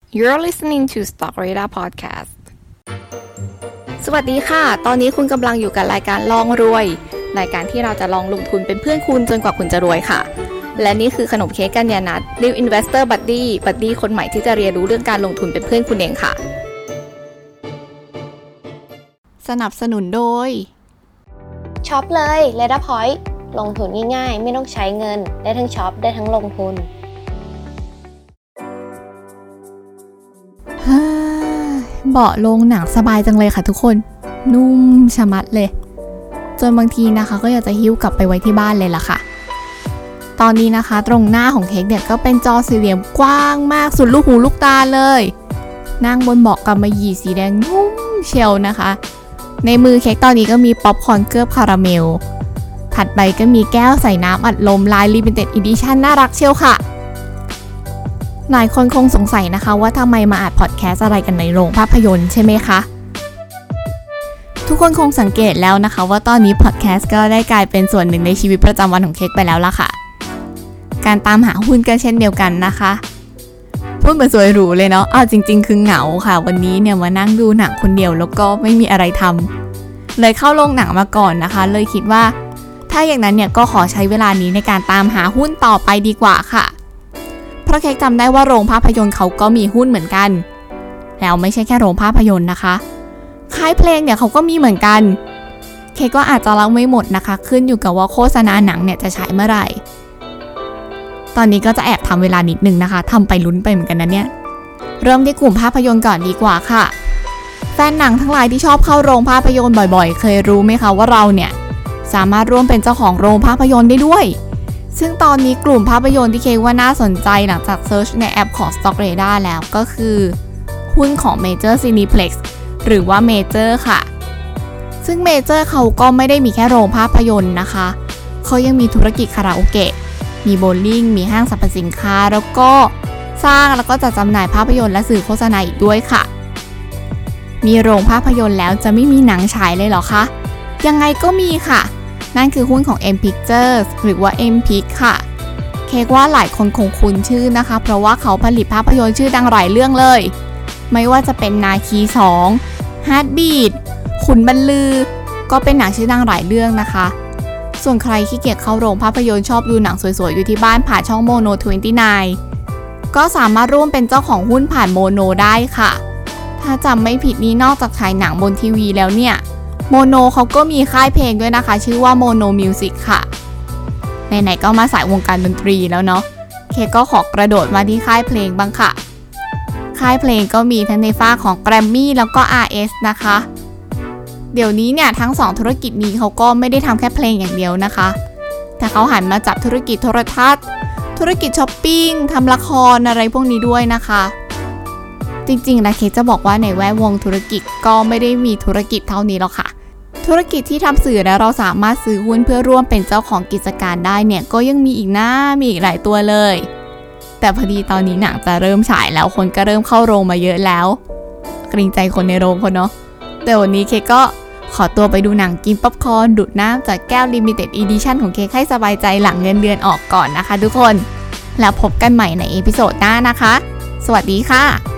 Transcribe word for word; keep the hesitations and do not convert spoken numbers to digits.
You're listening to Stock Radar Podcast สวัสดีค่ะตอนนี้คุณกำลังอยู่กับรายการลองรวยรายการที่เราจะลองลงทุนเป็นเพื่อนคุณจนกว่าคุณจะรวยค่ะและนี่คือขนมเค้กกัญญาณัฐ New Investor Buddy Buddy คนใหม่ที่จะเรียนรู้เรื่องการลงทุนเป็นเพื่อนคุณเองค่ะสนับสนุนโดยช็อปเลย Radar Point ลงทุนง่ายๆไม่ต้องใช้เงินได้ทั้งช็อปได้ทั้งลงทุนเบาะโรงหนังสบายจังเลยค่ะทุกคนนุ่มชะมัดเลยจนบางทีนะคะก็อยากจะหิ้วกลับไปไว้ที่บ้านเลยล่ะค่ะตอนนี้นะคะตรงหน้าของเค้กเนี่ยก็เป็นจอสี่เหลี่ยมกว้างมากสุดลูกหูลูกตาเลยนั่งบนเบาะกำมะหยี่สีแดงนุ่มเชียวนะคะในมือเค้กตอนนี้ก็มีป๊อปคอร์นเคลือบคาราเมลถัดไปก็มีแก้วใส่น้ำอัดลมลาย Limited Edition น่ารักเชียวค่ะหลายคนคงสงสัยนะคะว่าทำไมมาอัดพอดแคสต์อะไรกันในโรงภาพยนตร์ใช่ไหมคะทุกคนคงสังเกตแล้วนะคะว่าตอนนี้พอดแคสต์ก็ได้กลายเป็นส่วนหนึ่งในชีวิตประจำวันของเค้กไปแล้วล่ะค่ะการตามหาหุ้นก็เช่นเดียวกันนะคะพูดเหมือนสวยหรูเลยเนาะอ้าวจริงๆคือเหงาค่ะวันนี้เนี่ยมานั่งดูหนังคนเดียวแล้วก็ไม่มีอะไรทำเลยเข้าโรงหนังมาก่อนนะคะเลยคิดว่าถ้าอย่างนั้นเนี่ยก็ขอใช้เวลานี้ในการตามหาหุ้นต่อไปดีกว่าค่ะเพราะเค้กจำได้ว่าโรงภาพยนตร์เขาก็มีหุ้นเหมือนกันแล้วไม่ใช่แค่โรงภาพยนตร์นะคะค่ายเพลงเนี่ยเขาก็มีเหมือนกันเค้กก็อาจจะเล่าไม่หมดนะคะขึ้นอยู่กับว่าโฆษณาหนังเนี่ยจะฉายเมื่อไหร่ตอนนี้ก็จะแอบทำเวลานิดนึงนะคะทำไปลุ้นไปเหมือนกันนะเนี่ยเริ่มที่กลุ่มภาพยนตร์ก่อนดีกว่าค่ะแฟนหนังทั้งหลายที่ชอบเข้าโรงภาพยนตร์บ่อยๆเคยรู้ไหมคะว่าเราเนี่ยสามารถร่วมเป็นเจ้าของโรงภาพยนตร์ได้ด้วยซึ่งตอนนี้กลุ่มภาพยนตร์ที่เค้กว่าน่าสนใจหลังจากเซิร์ชในแอปของ Stock Radar แล้วก็คือหุ้นของ Major Cineplex หรือว่า Major ค่ะซึ่ง Major เขาก็ไม่ได้มีแค่โรงภาพยนตร์นะคะเขายังมีธุรกิจคาราโอเกะมีโบว์ลิ่งมีห้างสรรพสินค้าแล้วก็สร้างแล้วก็จัดจำหน่ายภาพยนตร์และสื่อโฆษณาอีกด้วยค่ะมีโรงภาพยนตร์แล้วจะไม่มีหนังฉายเลยเหรอคะยังไงก็มีค่ะนั่นคือหุ้นของ M Pictures หรือว่า M Pic ค่ะเค้กว่าหลายคนคงคุ้นชื่อนะคะเพราะว่าเขาผลิตภาพยนตร์ชื่อดังหลายเรื่องเลยไม่ว่าจะเป็นนาคีสอง Heartbeat ขุนบรรลือก็เป็นหนังชื่อดังหลายเรื่องนะคะส่วนใครขี้เกียจเข้าโรงภาพยนตร์ชอบดูหนังสวยๆอยู่ที่บ้านผ่านช่องโมโนยี่สิบเก้าก็สามารถร่วมเป็นเจ้าของหุ้นผ่านโมโนได้ค่ะถ้าจำไม่ผิดนี้นอกจากฉายหนังบนทีวีแล้วเนี่ยโมโนเขาก็มีค่ายเพลงด้วยนะคะชื่อว่าโมโนมิวสิกค่ะไหนๆก็มาสายวงการดนตรีแล้วเนาะเคก็ขอกระโดดมาที่ค่ายเพลงบ้างค่ะค่ายเพลงก็มีทั้งในฝ้าของ Grammy แล้วก็ อาร์ เอส นะคะเดี๋ยวนี้เนี่ยทั้งสองธุรกิจนี้เขาก็ไม่ได้ทำแค่เพลงอย่างเดียวนะคะแต่เขาหันมาจับธุรกิจโทรทัศน์ธุรกิจช้อปปิ้งทำละครอะไรพวกนี้ด้วยนะคะจริงๆนะเคจะบอกว่าในแวดวงธุรกิจก็ไม่ได้มีธุรกิจเท่านี้หรอกค่ะธุรกิจที่ทำสื่อแล้วเราสามารถซื้อหุ้นเพื่อร่วมเป็นเจ้าของกิจการได้เนี่ยก็ยังมีอีกนะมีอีกหลายตัวเลยแต่พอดีตอนนี้หนังจะเริ่มฉายแล้วคนก็เริ่มเข้าโรงมาเยอะแล้วเกรงใจคนในโรงคนเนาะแต่วันนี้เคก็ขอตัวไปดูหนังกินป๊อปคอร์นดูดน้ำจากแก้ว Limited Edition ของเคให้สบายใจหลังเงินเดือนออกก่อนนะคะทุกคนแล้วพบกันใหม่ในเอพิโซดหน้านะคะสวัสดีค่ะ